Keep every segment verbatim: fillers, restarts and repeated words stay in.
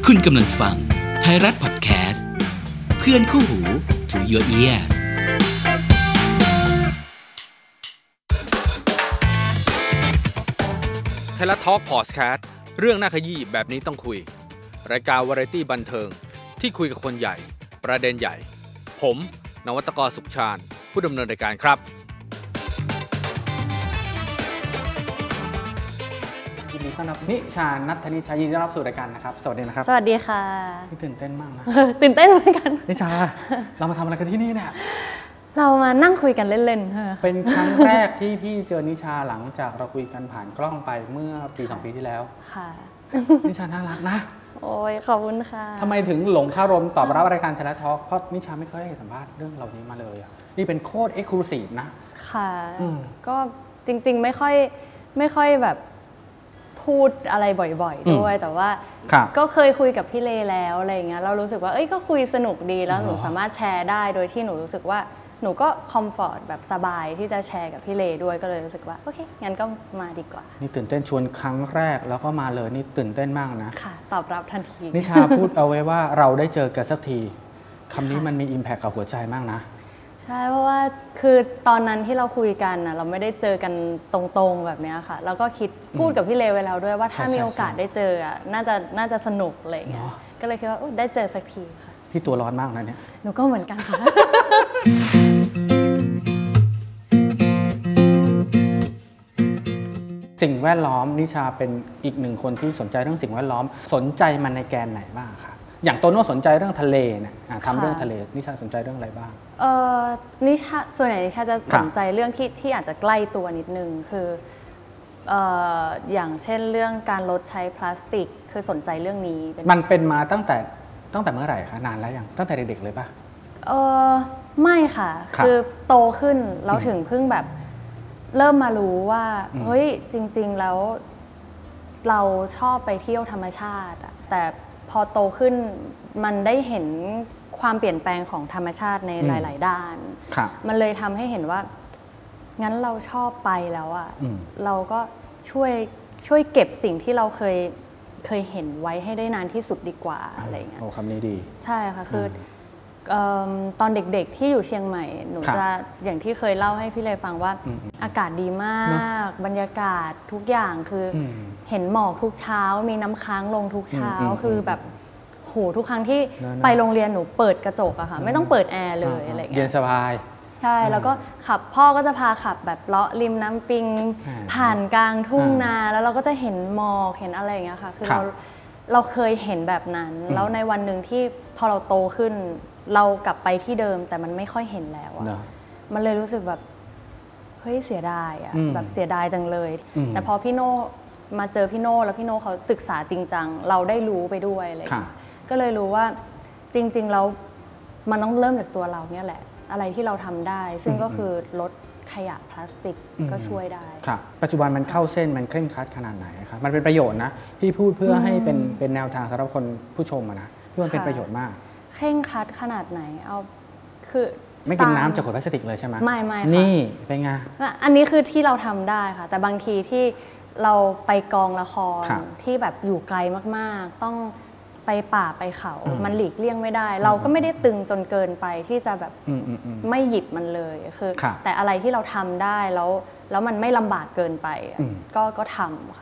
คุณกำลังฟังไทยรัฐพอดแคสต์เพื่อนคู่หู to your ears ไทยรัฐทอล์คพอดแคสต์เรื่องน่าขยี้แบบนี้ต้องคุยรายการวาไรตี้บันเทิงที่คุยกับคนใหญ่ประเด็นใหญ่ผมนวัตกรสุขชาญผู้ดำเนินรายการครับยินดีต้อนรับนิชานัทธนิชายินดีต้อนรับสู่รายการนะครับสวัสดีนะครับสวัสดีค่ะตื่นเต้นมากนะตื่นเต้นเหมือนกันนิชาเรามาทำอะไรกันที่นี่เนี่ยเรามานั่งคุยกันเล่นๆเป็นครั้งแรกที่พี่เจอนิชาหลังจากเราคุยกันผ่านกล้องไปเมื่อปีสองปีที่แล้วค่ะนิชาน่ารักนะโอ้ยขอบคุณค่ะทำไมถึงหลงคารมตอบรับรายการไทยรัฐทอล์คเพราะนิชาไม่เคยให้สัมภาษณ์เรื่องเหล่านี้มาเลยนี่เป็นโคตรเอ็กซ์คลูซีฟนะค่ะก็จริงๆไม่ค่อยไม่ค่อยแบบพูดอะไรบ่อยๆด้วยแต่ว่าก็เคยคุยกับพี่เลแล้วอะไรอย่างเงี้ยเรารู้สึกว่าเอ้ยก็คุยสนุกดีแล้วหนูสามารถแชร์ได้โดยที่หนูรู้สึกว่าหนูก็คอมฟอร์ตแบบสบายที่จะแชร์กับพี่เลด้วยก็เลยรู้สึกว่าโอเคงั้นก็มาดีกว่านี่ตื่นเต้นชวนครั้งแรกแล้วก็มาเลยนี่ตื่นเต้นมากนะค่ะตอบรับทันทีนิชาพูดเอาไว้ว่าเราได้เจอกันสักทีคำนี้มันมีอิมแพคกับหัวใจมากนะใช่เพราะว่าคือตอนนั้นที่เราคุยกันนะเราไม่ได้เจอกันตรงๆแบบนี้ค่ะแล้วก็คิดพูดกับพี่เลไว้แล้วด้วยว่าถ้ามีโอกาสได้เจออ่ะน่าจะน่าจะสนุกอะไรอย่างเงี้ยก็เลยคิดว่าได้เจอสักทีค่ะพี่ตัวร้อนมากนะเนี่ยหนูก็เหมือนกันค่ะสิ่งแวดล้อมนิชาเป็นอีกหนึ่งคนที่สนใจเรื่องสิ่งแวดล้อมสนใจมันในแกนไหนบ้างคะอย่างโตโน่สนใจเรื่องทะเลเนี่ยทำเรื่องทะเลนิชาสนใจเรื่องอะไรบ้างเออนิชาส่วนใหญ่นิชาจะสนใจเรื่องที่ที่อาจจะใกล้ตัวนิดนึงคือเอ่ออย่างเช่นเรื่องการลดใช้พลาสติกคือสนใจเรื่องนี้มันเป็นมาตั้งแต่ตั้งแต่เมื่อไหร่คะนานแล้วยังตั้งแต่เด็กๆเลยป่ะเออไม่ค่ะคือโตขึ้นแล้วถึงเพิ่งแบบเริ่มมารู้ว่าเฮ้ยจริงๆแล้วเราชอบไปเที่ยวธรรมชาติอะแต่พอโตขึ้นมันได้เห็นความเปลี่ยนแปลงของธรรมชาติในหลายๆด้านมันเลยทำให้เห็นว่างั้นเราชอบไปแล้วอะเราก็ช่วยช่วยเก็บสิ่งที่เราเคยเคยเห็นไว้ให้ได้นานที่สุดดีกว่าอะไรเงี้ยโอ้คำนี้ดีใช่ค่ะคือตอนเด็กๆที่อยู่เชียงใหม่หนูจะอย่างที่เคยเล่าให้พี่เลฟังว่าอากาศดีมากบรรยากาศทุกอย่างคือเห็นหมอกทุกเช้ามีน้ำค้างลงทุกเช้าคือแบบโหทุกครั้งที่ไปโรงเรียนหนูเปิดกระจกอะค่ะไม่ต้องเปิดแอร์เลยอะไรเงี้ยเย็นสบายใช่แล้วก็ขับพ่อก็จะพาขับแบบเลาะริมน้ำปิงผ่านกลางทุ่งนาแล้วเราก็จะเห็นหมอกเห็นอะไรอย่างเงี้ยค่ะคือเราเราเคยเห็นแบบนั้นแล้วในวันหนึ่งที่พอเราโตขึ้นเรากลับไปที่เดิมแต่มันไม่ค่อยเห็นแล้วอะมันเลยรู้สึกแบบเฮ้ยเสียดายอะแบบเสียดายจังเลยแต่พอพี่โน่มาเจอพี่โน่แล้วพี่โน่เขาศึกษาจริงจังเราได้รู้ไปด้วยอะไรอย่างเงี้ยก็เลยรู้ว่าจริงๆแล้วมันต้องเริ่มจากตัวเราเนี่ยแหละอะไรที่เราทำได้ซึ่งก็คือลดขยะพลาสติกก็ช่วยได้ครับปัจจุบันมันเข้าเส้นมันเคร่งครัดขนาดไหนครับมันเป็นประโยชน์นะพี่พูดเพื่อให้เป็นเป็นแนวทางสำหรับคนผู้ชมนะพี่ว่าเป็นประโยชน์มากเคร่งครัดขนาดไหนเอาคือไม่กินน้ำจากขวดพลาสติกเลยใช่ไหมไม่ไม่ค่ะนี่เป็นไงอันนี้คือที่เราทำได้ค่ะแต่บางทีที่เราไปกองละครที่แบบอยู่ไกลมากๆต้องไปป่าไปเขามันหลีกเลี่ยงไม่ได้เราก็ไม่ได้ตึงจนเกินไปที่จะแบบไม่หยิบมันเลยคือแต่อะไรที่เราทำได้แล้วแล้วมันไม่ลำบากเกินไปก็ก็ทำค่ะ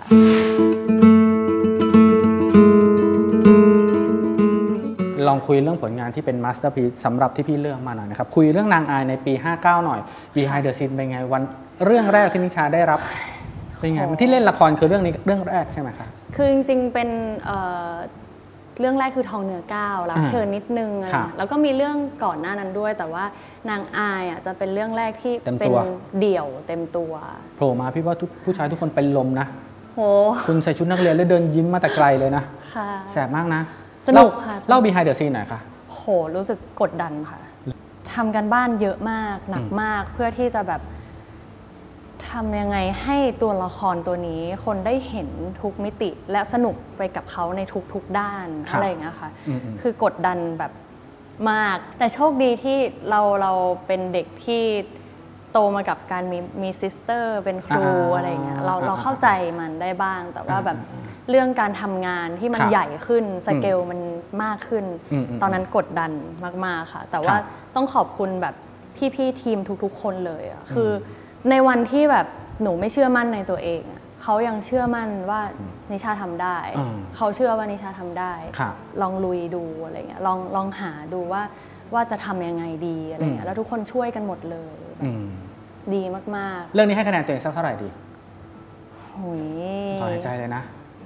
ลองคุยเรื่องผลงานที่เป็นมาสเตอร์พีซสำหรับที่พี่เลือกมาหน่อยนะครับคุยเรื่องนางอายในปีห้าเก้าหน่อย Behind the Scene เป็นไงวันเรื่องแรกที่นิชาได้รับเป็นไงที่เล่นละครคือเรื่องนี้เรื่องแรกใช่ไหมครับคือจริงๆเป็นเรื่องแรกคือทองเนื้อก้าวรับเชิญนิดนึงแล้วก็มีเรื่องก่อนหน้านั้นด้วยแต่ว่านางอายจะเป็นเรื่องแรกที่เป็นเดี่ยวเต็มตัวโผล่มาพี่ว่าผู้ชายทุกคนเป็นลมนะโหคุณใส่ชุดนักเรียนแล้วเดินยิ้มมาแต่ไกลเลยนะแสบมากนะสนุกค่ะเล่า Behind the Scene หน่อยค่ะโหรู้สึกกดดันค่ะทำกันบ้านเยอะมากหนักมากเพื่อที่จะแบบทำยังไงให้ตัวละครตัวนี้คนได้เห็นทุกมิติและสนุกไปกับเขาในทุกๆด้านอะไรอย่างเงี้ยค่ะคือกดดันแบบมากแต่โชคดีที่เราเราเป็นเด็กที่โตมากับการมีมีซิสเตอร์เป็นครูอะไรอย่างเงี้ยเราเราเข้าใจมันได้บ้างแต่ว่าแบบเรื่องการทำงานที่มันใหญ่ขึ้นสเกลมันมากขึ้นตอนนั้นกดดันมากๆค่ะแต่ว่าต้องขอบคุณแบบพี่ๆทีมทุกๆคนเลยอ่ะคือในวันที่แบบหนูไม่เชื่อมั่นในตัวเองเขายังเชื่อมั่นว่านิชาทำได้เขาเชื่อว่านิชาทำได้ลองลุยดูอะไรเงี้ยลองลองหาดูว่าว่าจะทำยังไงดีอะไรเงี้ยแล้วทุกคนช่วยกันหมดเลยดีมากๆเรื่องนี้ให้คะแนนตัวเองสักเท่าไหร่ดีโอ้ยถอนหายใจเลยนะ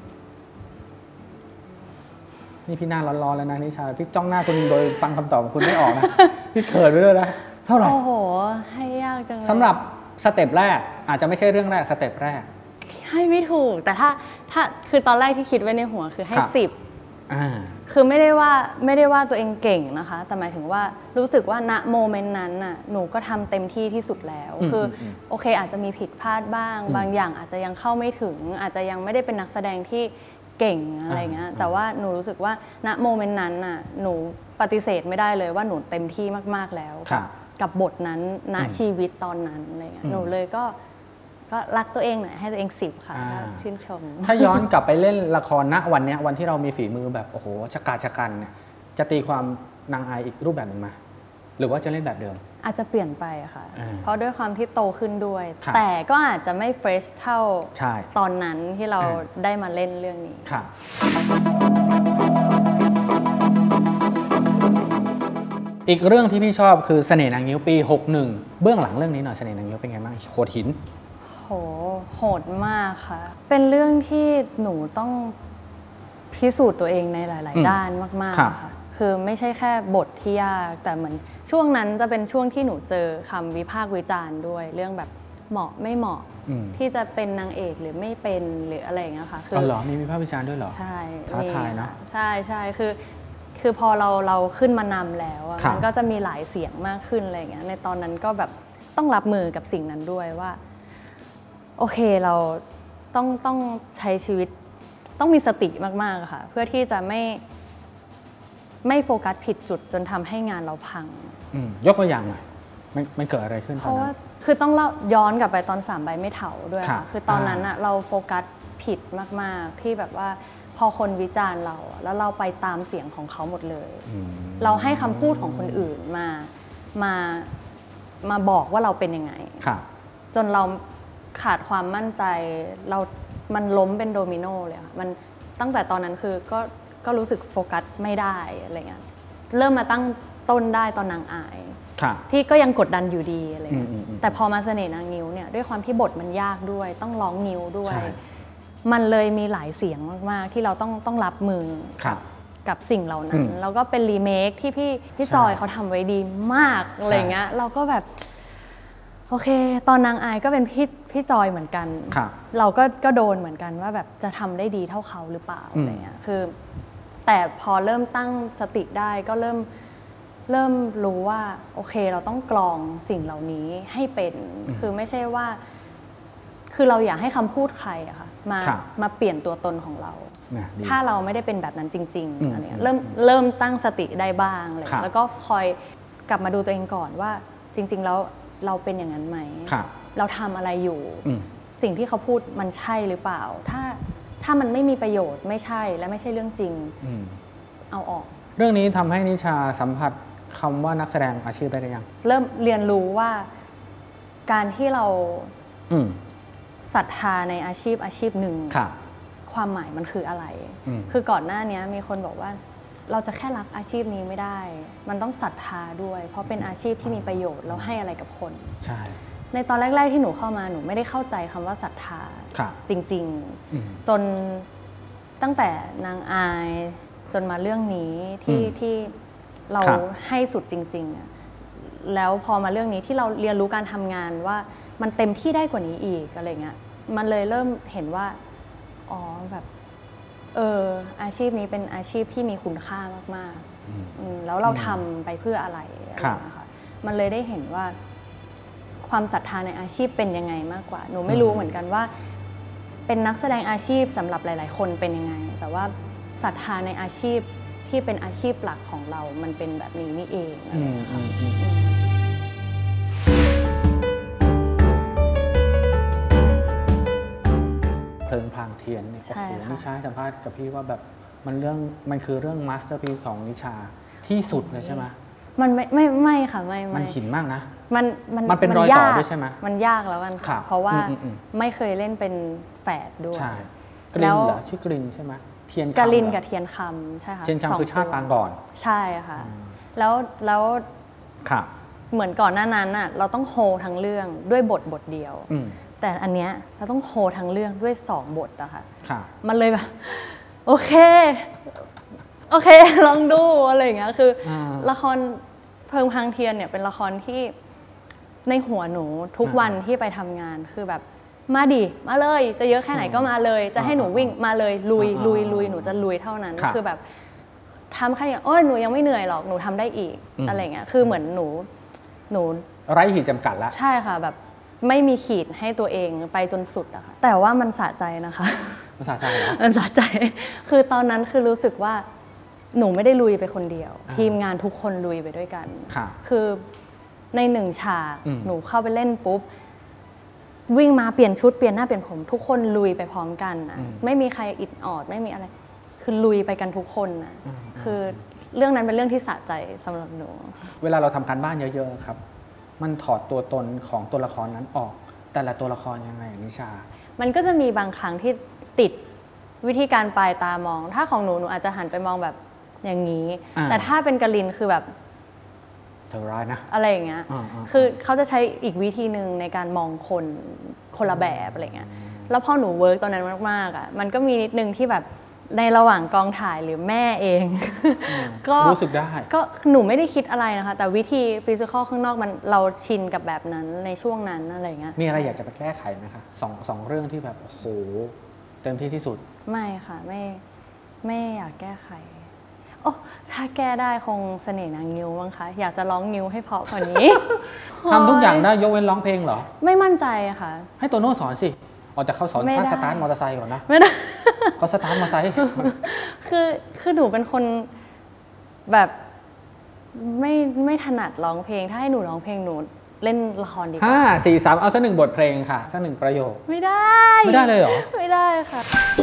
นี่พี่หน้าร้อนๆแล้วนะนิชาพี่จ้องหน้าคุณโดยฟังคำตอบของคุณไม่ออกนะพี่เขินไปด้วยนะเท่าไหร่โอ้โหให้ยากจังเลยสำหรับสเต็ปแรกอาจจะไม่ใช่เรื่องแรกสเต็ปแรกให้ไม่ถูกแต่ถ้าถ้าคือตอนแรกที่คิดไว้ในหัวคือให้สิบคือไม่ได้ว่าไม่ได้ว่าตัวเองเก่งนะคะแต่หมายถึงว่ารู้สึกว่าณโมเมนต์นั้นน่ะหนูก็ทำเต็มที่ที่สุดแล้วคือโอเคอาจจะมีผิดพลาดบ้างบางอย่างอาจจะยังเข้าไม่ถึงอาจจะยังไม่ได้เป็นนักแสดงที่เก่งอะไรเงี้ยแต่ว่าหนูรู้สึกว่าณโมเมนต์นั้นน่ะหนูปฏิเสธไม่ได้เลยว่าหนูเต็มที่มากๆแล้วกับบทนั้นณชีวิตตอนนั้นอะไรเงี้ยหนูเลยก็ก็รักตัวเองหน่อยให้ตัวเองสิบค่ะชื่นชมถ้าย้อนกลับไปเล่นละครณวันนี้วันที่เรามีฝีมือแบบโอ้โหชะกาจชะกันเนี่ยจะตีความนางอายอีกรูปแบบหนึ่งไหมหรือว่าจะเล่นแบบเดิมอาจจะเปลี่ยนไปค่ะเพราะด้วยความที่โตขึ้นด้วยแต่ก็อาจจะไม่เฟรชเท่าตอนนั้นที่เราได้มาเล่นเรื่องนี้ค่ะอีกเรื่องที่พี่ชอบคือเสน่ห์นางงิ้วปีหกสิบเอ็ดเบื้องหลังเรื่องนี้หน่อยเสน่ห์นางงิ้วเป็นไงบ้างโขดหินโหโหดมากค่ะเป็นเรื่องที่หนูต้องพิสูจน์ตัวเองในหลายๆด้านมากๆค่ะคือไม่ใช่แค่บทที่ยากแต่เหมือนช่วงนั้นจะเป็นช่วงที่หนูเจอคำวิพากษ์วิจารณ์ด้วยเรื่องแบบเหมาะไม่เหมาะที่จะเป็นนางเอกหรือไม่เป็นหรืออะไรอย่างเงี้ยค่ะคืออ๋อเหรอมีวิพากษ์วิจารณ์ด้วยเหรอใช่ท้าทายนะใช่ใช่คือคือพอเราเราขึ้นมานำแล้วมันก็จะมีหลายเสียงมากขึ้นอะไรอย่างเงี้ยในตอนนั้นก็แบบต้องรับมือกับสิ่งนั้นด้วยว่าโอเคเราต้องต้องใช้ชีวิตต้องมีสติมากๆค่ะเพื่อที่จะไม่ไม่โฟกัสผิดจุดจนทำให้งานเราพังยกตัวอย่างหน่อยมันมันเกิดอะไรขึ้นตอนนั้นเพราะว่าคือต้องเล่าย้อนกลับไปตอนสามใบไม่เถาด้วยค่ะคือตอนนั้นอะเราโฟกัสผิดมากๆที่แบบว่าพอคนวิจารณ์เราแล้วเราไปตามเสียงของเขาหมดเลยเราให้คำพูดของคนอื่นมามามาบอกว่าเราเป็นยังไงจนเราขาดความมั่นใจเรามันล้มเป็นโดมิโนเลยค่ะมันตั้งแต่ตอนนั้นคือก็ก็รู้สึกโฟกัสไม่ได้อะไรเงี้ยเริ่มมาตั้งต้นได้ตอนนางอายที่ก็ยังกดดันอยู่ดีอะไรเงี้ยแต่พอมาเสน่ห์นางงิ้วเนี่ยด้วยความที่บทมันยากด้วยต้องร้องงิ้วด้วยมันเลยมีหลายเสียงมากๆที่เราต้องต้องรับมือกับสิ่งเหล่านั้นแล้วก็เป็นรีเมคที่พี่พี่จอยเขาทำไว้ดีมากอะไรเงี้ยเราก็แบบโอเคตอนนางอายก็เป็นพี่พี่จอยเหมือนกันเราก็ก็โดนเหมือนกันว่าแบบจะทำได้ดีเท่าเขาหรือเปล่าอะไรเงี้ยคือแต่พอเริ่มตั้งสติได้ก็เริ่มเริ่มรู้ว่าโอเคเราต้องกรองสิ่งเหล่านี้ให้เป็นคือไม่ใช่ว่าคือเราอยากให้คำพูดใครอะค่ะมามาเปลี่ยนตัวตนของเราถ้าเราไม่ได้เป็นแบบนั้นจริงๆอะไรเงี้ยเริ่มเริ่มตั้งสติได้บ้างเลยแล้วก็คอยกลับมาดูตัวเองก่อนว่าจริงๆแล้วเราเป็นอย่างนั้นไหมเราทำอะไรอยู่สิ่งที่เขาพูดมันใช่หรือเปล่าถ้าถ้ามันไม่มีประโยชน์ไม่ใช่และไม่ใช่เรื่องจริงเอาออกเรื่องนี้ทำให้นิชาสัมผัสคำว่านักแสดงอาชีพได้หรือยังเริ่มเรียนรู้ว่าการที่เราศรัทธาในอาชีพอาชีพหนึ่งความหมายมันคืออะไรคือก่อนหน้านี้มีคนบอกว่าเราจะแค่รักอาชีพนี้ไม่ได้มันต้องศรัทธาด้วยเพราะเป็นอาชีพที่มีประโยชน์แล้วให้อะไรกับคนใช่ในตอนแรกๆที่หนูเข้ามาหนูไม่ได้เข้าใจคำว่าศรัทธาจริงๆจนตั้งแต่นางอายจนมาเรื่องนี้ที่ที่เราให้สุดจริงๆแล้วพอมาเรื่องนี้ที่เราเรียนรู้การทำงานว่ามันเต็มที่ได้กว่านี้อีกอะไรเงี้ยมันเลยเริ่มเห็นว่าอ๋อแบบเอออาชีพนี้เป็นอาชีพที่มีคุณค่ามากๆแล้วเราทำไปเพื่ออะไรอะไรนะคะมันเลยได้เห็นว่าความศรัทธาในอาชีพเป็นยังไงมากกว่าหนูไม่รู้เหมือนกันว่าเป็นนักแสดงอาชีพสำหรับหลายๆคนเป็นยังไงแต่ว่าศรัทธาในอาชีพที่เป็นอาชีพหลักของเรามันเป็นแบบนี้นี่เองนะคะเพลิงพลังงเทียนเนี่ยโอ้ใช่โหค่ะนิชาให้สัมภาษณ์กับพี่ว่าแบบมันเรื่องมันคือเรื่องมาสเตอร์พีซของนิชาที่สุดเลยใช่ไหมมันไม่ไม่ไม่ค่ะไม่มันไม่หินมากนะมันมันมันเป็นรอยต่อยากด้วยใช่ไหมมันยากแล้วกันครัค่ะบเพราะว่าอืมอืมไม่เคยเล่นเป็นแฝดด้วยใช่กแล้ลินวเหรอชื่อกลินใช่ไหมเทียนคำกาลินเหรอกับเทียนคำใช่ค่ะเทียนสงคำคือชาติตัวปางก่อนใช่ค่ะ แล้วแล้วครับเหมือนก่อนหน้านั้นน่ะเราต้องโฮทั้งเรื่องด้วยบทบทเดียวอืมแต่อันเนี้ยเราต้องโฮทั้งเรื่องด้วยสองบทอะค่ะค่ะมันเลยแบบ โอเค โอเค ลองดูอะไรอย่างเงี้ยคืออา ละครเพลิงพังเทียนเนี่ยเป็นละครที่ในหัวหนูทุกอ่าวันที่ไปทำงานคือแบบมาดิมาเลย จะเยอะแค่ไหนก็มาเลย จะให้หนูวิ่งมาเลยลุยอ่าลุยอ่าลุยหนูจะลุยเท่านั้นครับคือแบบทำแค่นี้โอ้ยหนูยังไม่เหนื่อยหรอกหนูทำได้อีกอืมอะไรเงี้ยคือเหมือนหนูหนูไร้ขีดจำกัดละใช่ค่ะแบบไม่มีขีดให้ตัวเองไปจนสุดอะค่ะแต่ว่ามันสะใจนะคะภาษาใจเหรอมันสะใจ คือตอนนั้นคือรู้สึกว่าหนูไม่ได้ลุยไปคนเดียวอ่าทีมงานทุกคนลุยไปด้วยกันค่ะคือในหนึ่งฉากอืมหนูเข้าไปเล่นปุ๊บ วิ่งมาเปลี่ยนชุดเปลี่ยนหน้าเปลี่ยนผม ทุกคนลุยไปพร้อมกันนะไม่มีใครอิดออดไม่มีอะไร คือลุยไปกันทุกคนนะคือเรื่องนั้นเป็นเรื่องที่สะใจสำหรับหนูเวลาเราทำการบ้านเยอะๆครับ มันถอดตัวตนของตัวละครนั้นออก แต่ละตัวละครยังไงนิชามันก็จะมีบางครั้งที่ติดวิธีการปลายตามอง ถ้าของหนูหนูอาจจะหันไปมองแบบอย่างนี้อ่าแต่ถ้าเป็นกลินคือแบบเธอร้ายนะอะไรอย่างเงี้ยอ่าๆคือเขาจะใช้อีกวิธีหนึ่งในการมองคนคนละแบบอะไรเงี้ย แล้วพอหนูเวิร์กตอนนั้นมากๆอ่ะ มันก็มีนิดนึงที่แบบในระหว่างกองถ่ายหรือแม่เอง ก็รู้สึกได้ก็หนูไม่ได้คิดอะไรนะคะ แต่วิธีฟิสิกอลข้างนอกมันเราชินกับแบบนั้นในช่วงนั้นอะไรเงี้ยมีอะไรอยากจะไปแก้ไขไหมคะสองสองเรื่องที่แบบโอ้โหเต็มที่ที่สุดไม่ค่ะไม่ไม่อยากแก้ไข โอ้ถ้าแก้ได้คงเสน่ห์นางงิ้วมั้งคะ อยากจะร้องงิ้วให้เพราะกว่านี้ทำทุกอย่างได้ยกเว้นร้องเพลงเหรอไม่มั่นใจอะค่ะให้โตโน่สอนสิออกจากเขาสอนไม่ท่าได้สตาร์ทมอเตอร์ไซค์ก่อนนะไม่ได้ก็สตาร์ทมอเตอร์ไซค์คือคือหนูเป็นคนแบบไม่ไม่ถนัดร้องเพลง ถ้าให้หนูร้องเพลงหนูเล่นละครดีกว่าห้าสี่สามเอาสักหนึ่งบทเพลงค่ะสักหนึ่งประโยคไม่ได้ไม่ได้เลยเหรอไม่ได้ค่ะ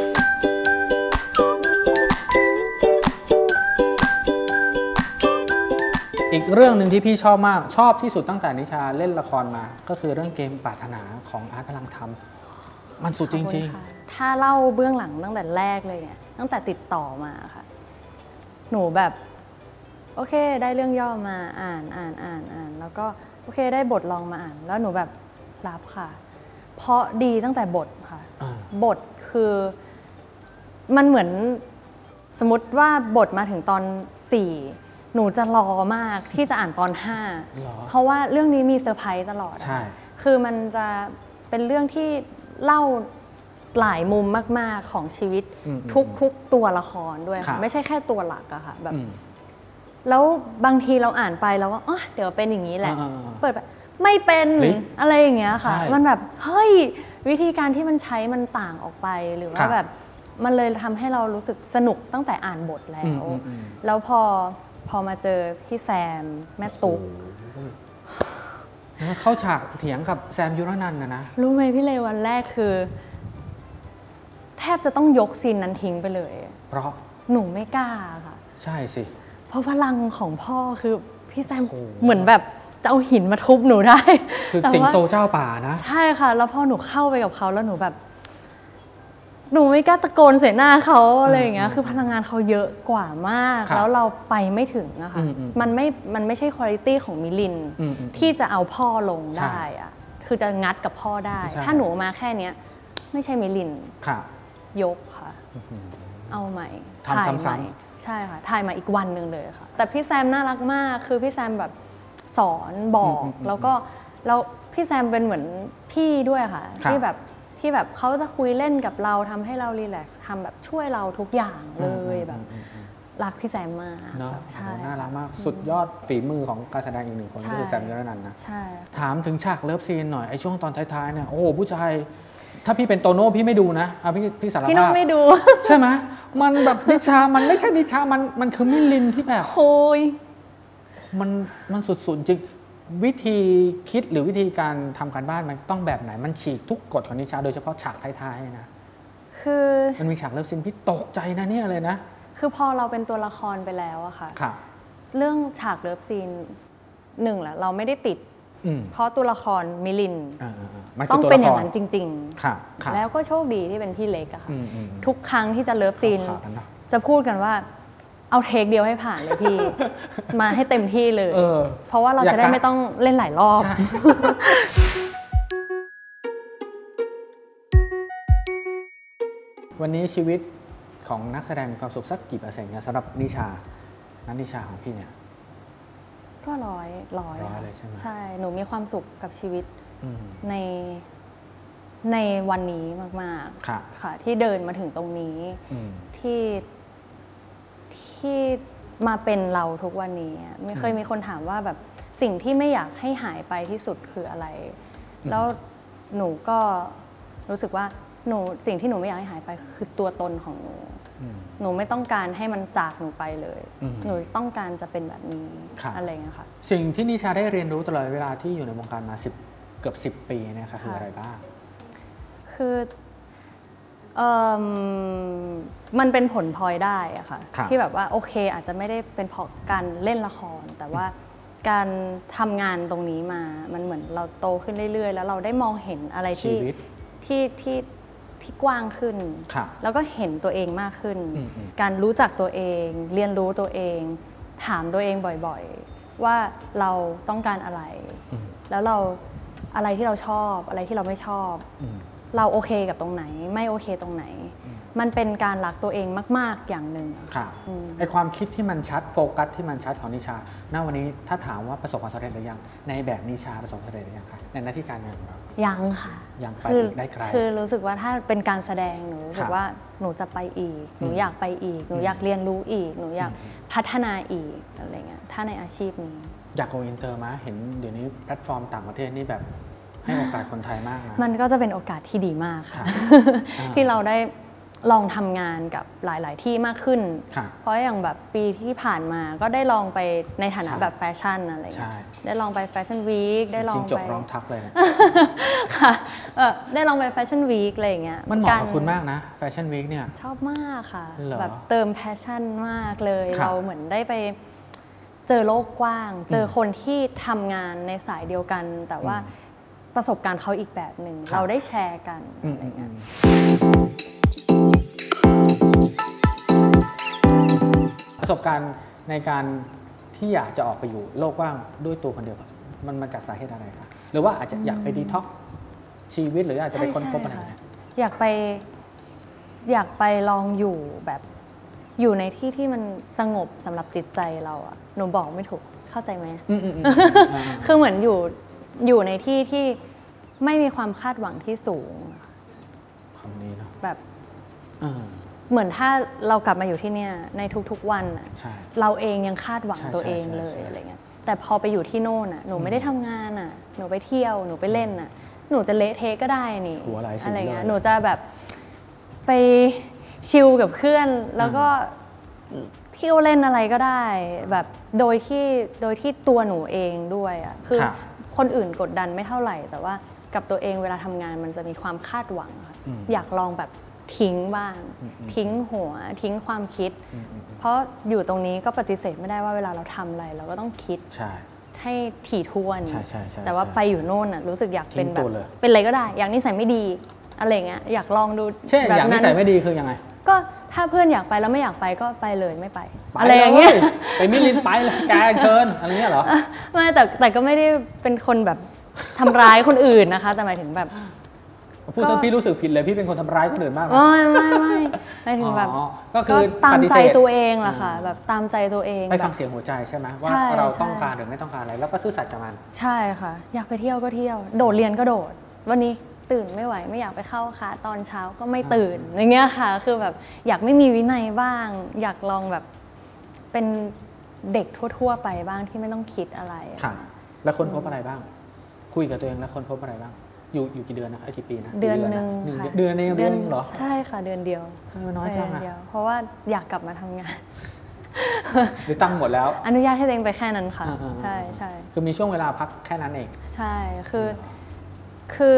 อีกเรื่องหนึ่งที่พี่ชอบมากชอบที่สุดตั้งแต่นิชาเล่นละครมา ก็คือเรื่องเกมปรารถนาของอาร์ตพลังธรรมมันสุดจริงขอบคุณค่ะถ้าเล่าเบื้องหลังตั้งแต่แรกเลยเนี่ย ตั้งแต่ติดต่อมาค่ะ หนูแบบ โอเค ได้เรื่องย่อมาอ่านอ่านอ่านอ่าน แล้วก็โอเคได้บทลองมาอ่าน แล้วหนูแบบรับค่ะ เพราะดีตั้งแต่บทค่ะอ่าบทคือมันเหมือนสมมติว่าบทมาถึงตอนสี่หนูจะรอมากที่จะอ่านตอนห้าหรอเพราะว่าเรื่องนี้มีเซอร์ไพรส์ตลอดอะใช่คือมันจะเป็นเรื่องที่เล่าหลายมุมมาก ๆ ของชีวิตอืมทุก ๆ ตัวละครด้วยครัค่ะบไม่ใช่แค่ตัวหลักอะค่ะแบบอืมแล้วบางทีเราอ่านไปแล้วว่าอ๋อเดี๋ยวเป็นอย่างนี้แหละอ่าๆเปิดไปไม่เป็นเฮ้ยอะไรอย่างเงี้ยค่ะใช่มันแบบเฮ้ยวิธีการที่มันใช้มันต่างออกไปหรือครัว่าบแบบมันเลยทำให้เรารู้สึกสนุกตั้งแต่อ่านบทแล้วอืมอืมแล้วพอพอมาเจอพี่แซมแม่ตุ๊กแล้วเข้าฉากเถียงกับแซมยุรนันท์นะนะรู้ไหมพี่เลวันแรกคือ แทบจะต้องยกซีนนั้นทิ้งไปเลยเพราะหนูไม่กล้าค่ะใช่สิเพราะพลังของพ่อคือพี่แซมโอ้โหเหมือนแบบจะเอาหินมาทุบหนูได้คือแต่สิงว่าโตเจ้าป่านะใช่ค่ะ แล้วพอหนูเข้าไปกับเขาแล้วหนูแบบ หนูไม่กล้าตะโกนใส่หน้าเขาอะไรอย่างเงี้ย คือพลังงานเขาเยอะกว่ามากครับแล้วเราไปไม่ถึงอะค่ะอืมอืมมันไม่ มันไม่ใช่คุณภาพของมิลินอืมอืมที่จะเอาพ่อลงใช่ได้อะคือจะงัดกับพ่อได้ใช่ถ้าหนูมาแค่เนี้ย ไม่ใช่มิลินค่ะยกค่ะ เอาใหม่ทำถ่ายซ้ำๆใหม่ใช่ค่ะ ถ่ายมาอีกวันหนึ่งเลยค่ะ แต่พี่แซมน่ารักมาก คือพี่แซมแบบสอนบอก แล้วก็แล้วพี่แซมเป็นเหมือนพี่ด้วยค่ะครับที่แบบที่แบบเขาจะคุยเล่นกับเราทำให้เรารีแลกซ์ทำแบบช่วยเราทุกอย่างเลยแบบรักพี่แซมมากเนาะใช่โอ้โหน่ารักมาก สุดยอดฝีมือของการแสดงอีกหนึ่งคนใช่ก็คือแซมยุรนันท์นะใช่ถามถึงฉากเลิฟซีนหน่อย ไอ้ช่วงตอนท้ายๆเนี่ย โอ้โห ผู้ชาย ถ้าพี่เป็นโตโน่พี่ไม่ดูนะอ่ะพี่พี่สารพี่น้อภาง พไม่ดูใช่ไหมมันแบบนิชา มันไม่ใช่นิชา มันมันคือมิลินที่แบบโอ้ยมันมันสุดๆจริง วิธีคิดหรือวิธีการทำการบ้านมันต้องแบบไหน มันฉีกทุกกฎของนิชา โดยเฉพาะฉากท้ายๆนะคือมันมีฉากเลิฟซีนพี่ตกใจนะเนี่ยเลยนะคือพอเราเป็นตัวละครไปแล้วอะค่ะเรื่องฉากเลิฟซีนหนึ่งแหละเราไม่ได้ติดเพราะตัวละครมิลินต้องเป็นอย่างนั้นจริงๆแล้วก็โชคดีที่เป็นพี่เล็กอะค่ะทุกครั้งที่จะเลิฟซีนจะพูดกันว่าเอาเทคเดียวให้ผ่านเลยพี่ มาให้เต็มที่เลยเ, เพราะว่าเราจะได้ไม่ต้องเล่นหลายรอบวันนี้ชีวิตของนักแสดงมีความสุขสักกี่เปอร์เซ็นต์สำหรับนิชานักนิชาของพี่เนี่ยก็ร้อยร้อยเลยใช่ไหมใช่หนูมีความสุขกับชีวิตในในวันนี้มากๆค่ะที่เดินมาถึงตรงนี้ที่ที่มาเป็นเราทุกวันนี้ไม่เคยมีคนถามว่าแบบสิ่งที่ไม่อยากให้หายไปที่สุดคืออะไรแล้วหนูก็รู้สึกว่าหนูสิ่งที่หนูไม่อยากให้หายไปคือตัวตนของหนูหนูไม่ต้องการให้มันจากหนูไปเลยหนูต้องการจะเป็นแบบนี้อะไรอย่างเงี้ยค่ะสิ่งที่นิชาได้เรียนรู้ตลอดเวลาที่อยู่ในวงการมาสิบเกือบสิบปีเนี่ยค่ะคืออะไรบ้างคือมันเป็นผลพลอยได้อะค่ะที่แบบว่าโอเคอาจจะไม่ได้เป็นเพราะการเล่นละครแต่ว่าการทำงานตรงนี้มามันเหมือนเราโตขึ้นเรื่อยๆแล้วเราได้มองเห็นอะไรที่ที่ที่ที่กว้างขึ้นแล้วก็เห็นตัวเองมากขึ้นการรู้จักตัวเองเรียนรู้ตัวเองถามตัวเองบ่อยๆว่าเราต้องการอะไรแล้วเราอะไรที่เราชอบอะไรที่เราไม่ชอบเราโอเคกับตรงไหนไม่โอเคตรงไหนมันเป็นการรักตัวเองมากๆอย่างหนึ่งค่ะไอความคิดที่มันชัดโฟกัสที่มันชัดของนิชาณวันนี้ถ้าถามว่าประสบความสำเร็จหรือยังในแบบนิชาประสบความสำเร็จหรือยังคะในหน้าที่การงานของเรายังค่ะยังไปได้ไกลคือรู้สึกว่าถ้าเป็นการแสดงหนูรู้สึกว่าหนูจะไปอีกหนูอยากไปอีกหนูอยากเรียนรู้อีกหนูอยากพัฒนาอีกอะไรเงี้ยถ้าในอาชีพนี้อยากโกอินเตอร์มาเห็นเดี๋ยวนี้แพลตฟอร์มต่างประเทศนี่แบบให้โอกาสคนไทยมากนะมันก็จะเป็นโอกาสที่ดีมากค่ะที่เราได้ลองทำงานกับหลายๆที่มากขึ้นเพราะอย่างแบบปีที่ผ่านมาก็ได้ลองไปในฐานะแบบแฟชั่นอะไรเงี้ยได้ลองไปแฟชั่นวีคได้ลองไปจบร้องทักเลยค่ะได้ลองไปแฟชั่นวีคอะไรเงี้ยมันเหมาะกับคุณมากนะแฟชั่นวีคเนี่ยชอบมากค่ะแบบเติมแพชชั่นมากเลยเราเหมือนได้ไปเจอโลกกว้างเจอคนที่ทำงานในสายเดียวกันแต่ว่าประสบการณ์เขาอีกแบบหนึ่งเราได้แชร์กันอะไรเงี้ยประสบการณ์ในการที่อยากจะออกไปอยู่โลกกว้างด้วยตัวคนเดียวมันมาจากสาเหตุอะไรคะหรือว่าอาจจะอยากไปดีท็อกชีวิตหรืออาจจะไปค้นพบอะไรอยากไปอยากไปลองอยู่แบบอยู่ในที่ที่มันสงบสำหรับจิตใจเราอะหนูบอกไม่ถูกเข้าใจไหมคือเหมือนอยู่อยู่ในที่ที่ไม่มีความคาดหวังที่สูงคำนี้เนาะแบบเหมือนถ้าเรากลับมาอยู่ที่เนี่ยในทุกๆวันเราเองยังคาดหวังตัวเองเลยอะไรเงี้ยแต่พอไปอยู่ที่โน่นอ่ะหนูไม่ได้ทำงานอ่ะหนูไปเที่ยวหนูไปเล่นอ่ะหนูจะเละเทะก็ได้นี่อะไรเงี้ยหนูจะแบบไปชิลกับเพื่อนแล้วก็เที่ยวเล่นอะไรก็ได้แบบโดยที่โดยที่ตัวหนูเองด้วยอ่ะคือคนอื่นกดดันไม่เท่าไหร่แต่ว่ากับตัวเองเวลาทำงานมันจะมีความคาดหวังค่ะอยากลองแบบทิ้งบ้างทิ้งหัวทิ้งความคิดเพราะอยู่ตรงนี้ก็ปฏิเสธไม่ได้ว่าเวลาเราทำอะไรเราก็ต้องคิดให้ถี่ถ้วนแต่ว่าไปอยู่โน่นน่ะรู้สึกอยากเป็นแบบเป็นอะไรก็ได้อยากนิสัยไม่ดีอะไรเงี้ยอยากลองดูแบบนั้นอยากนิสัยไม่ดีคือยังไงก็ถ้าเพื่อนอยากไปแล้วไม่อยากไปก็ไปเลยไม่ไปอะไรอย่างเงี้ยไปมิลินไปเลยแกเชิญอะไรเงี้ยเหรอไม่แต่แต่ก็ไม่ได้เป็นคนแบบทำร้ายคนอื่นนะคะแต่หมายถึงแบบพูดซะพี่รู้สึกผิดเลยพี่เป็นคนทำร้ายคนอื่นมากไม่ไม่ไม่ไม่ถึงแบบก็คือตามใจตัวเองแหละค่ะแบบตามใจตัวเองไปฟังเสียงหัวใจใช่ไหมว่าเราต้องการหรือไม่ต้องการอะไรแล้วก็ซื่อสัตย์กับมันใช่ค่ะอยากไปเที่ยวก็เที่ยวโดดเรียนก็โดดวันนี้ตื่นไม่ไหวไม่อยากไปเข้าคลาสตอนเช้าก็ไม่ตื่นอย่างเงี้ยค่ะคือแบบอยากไม่มีวินัยบ้างอยากลองแบบเป็นเด็กทั่วๆไปบ้างที่ไม่ต้องคิดอะไรค่ะแล้วคนพบอะไรบ้างคุยกับตัวเองแล้วคนพบอะไรบ้างอยู่อยู่กี่เดือนนะกี่ปีนะเดือนนึงค่ะเดือนเองเดือนเหรอใช่ค่ะเดือนเดียวน้อยจังอะเพราะว่าอยากกลับมาทำงานหรือตั้งหมดแล้วอนุญาตให้ตัวเองไปแค่นั้นค่ะใช่ใช่คือมีช่วงเวลาพักแค่นั้นเองใช่คือคือ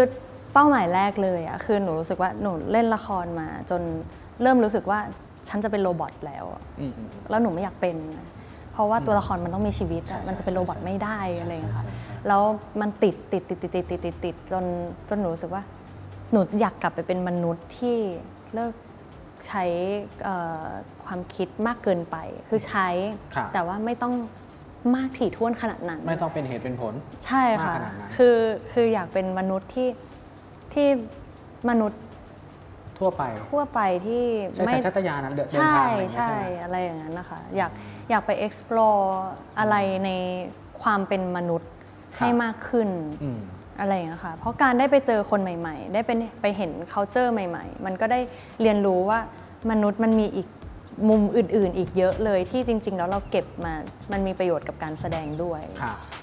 เป้าหมายแรกเลยอะคือหนูรู้สึกว่าหนูเล่นละครมาจนเริ่มรู้สึกว่าฉันจะเป็นโรบอทแล้วแล้วหนูไม่อยากเป็นเพราะว่าตัวละครมันต้องมีชีวิตอะมันจะเป็นโรบอทไม่ได้อะไรอย่างเงี้ยค่ะแล้วมันติดติดติดติดติดติดติดติดจนจนหนูรู้สึกว่าหนูอยากกลับไปเป็นมนุษย์ที่เลิกใช้ความคิดมากเกินไปคือใช้แต่ว่าไม่ต้องมากถี่ถ้วนขนาดนั้นไม่ต้องเป็นเหตุเป็นผลใช่ค่ะคือคืออยากเป็นมนุษย์ที่ที่มนุษย์ทั่วไปทั่วไปที่ไม่ใช่สัญชาตญาณนะเดินทางใช่ใช่อะไรอย่างนั้นนะคะอยากอยากไป explore อะไรในความเป็นมนุษย์ให้มากขึ้นอะไรอย่างนี้ค่ะเพราะการได้ไปเจอคนใหม่ๆได้ไปไปเห็น culture ใหม่ๆมันก็ได้เรียนรู้ว่ามนุษย์มันมีอีกมุมอื่นๆอีกเยอะเลยที่จริงๆแล้วเราเก็บมามันมีประโยชน์กับการแสดงด้วย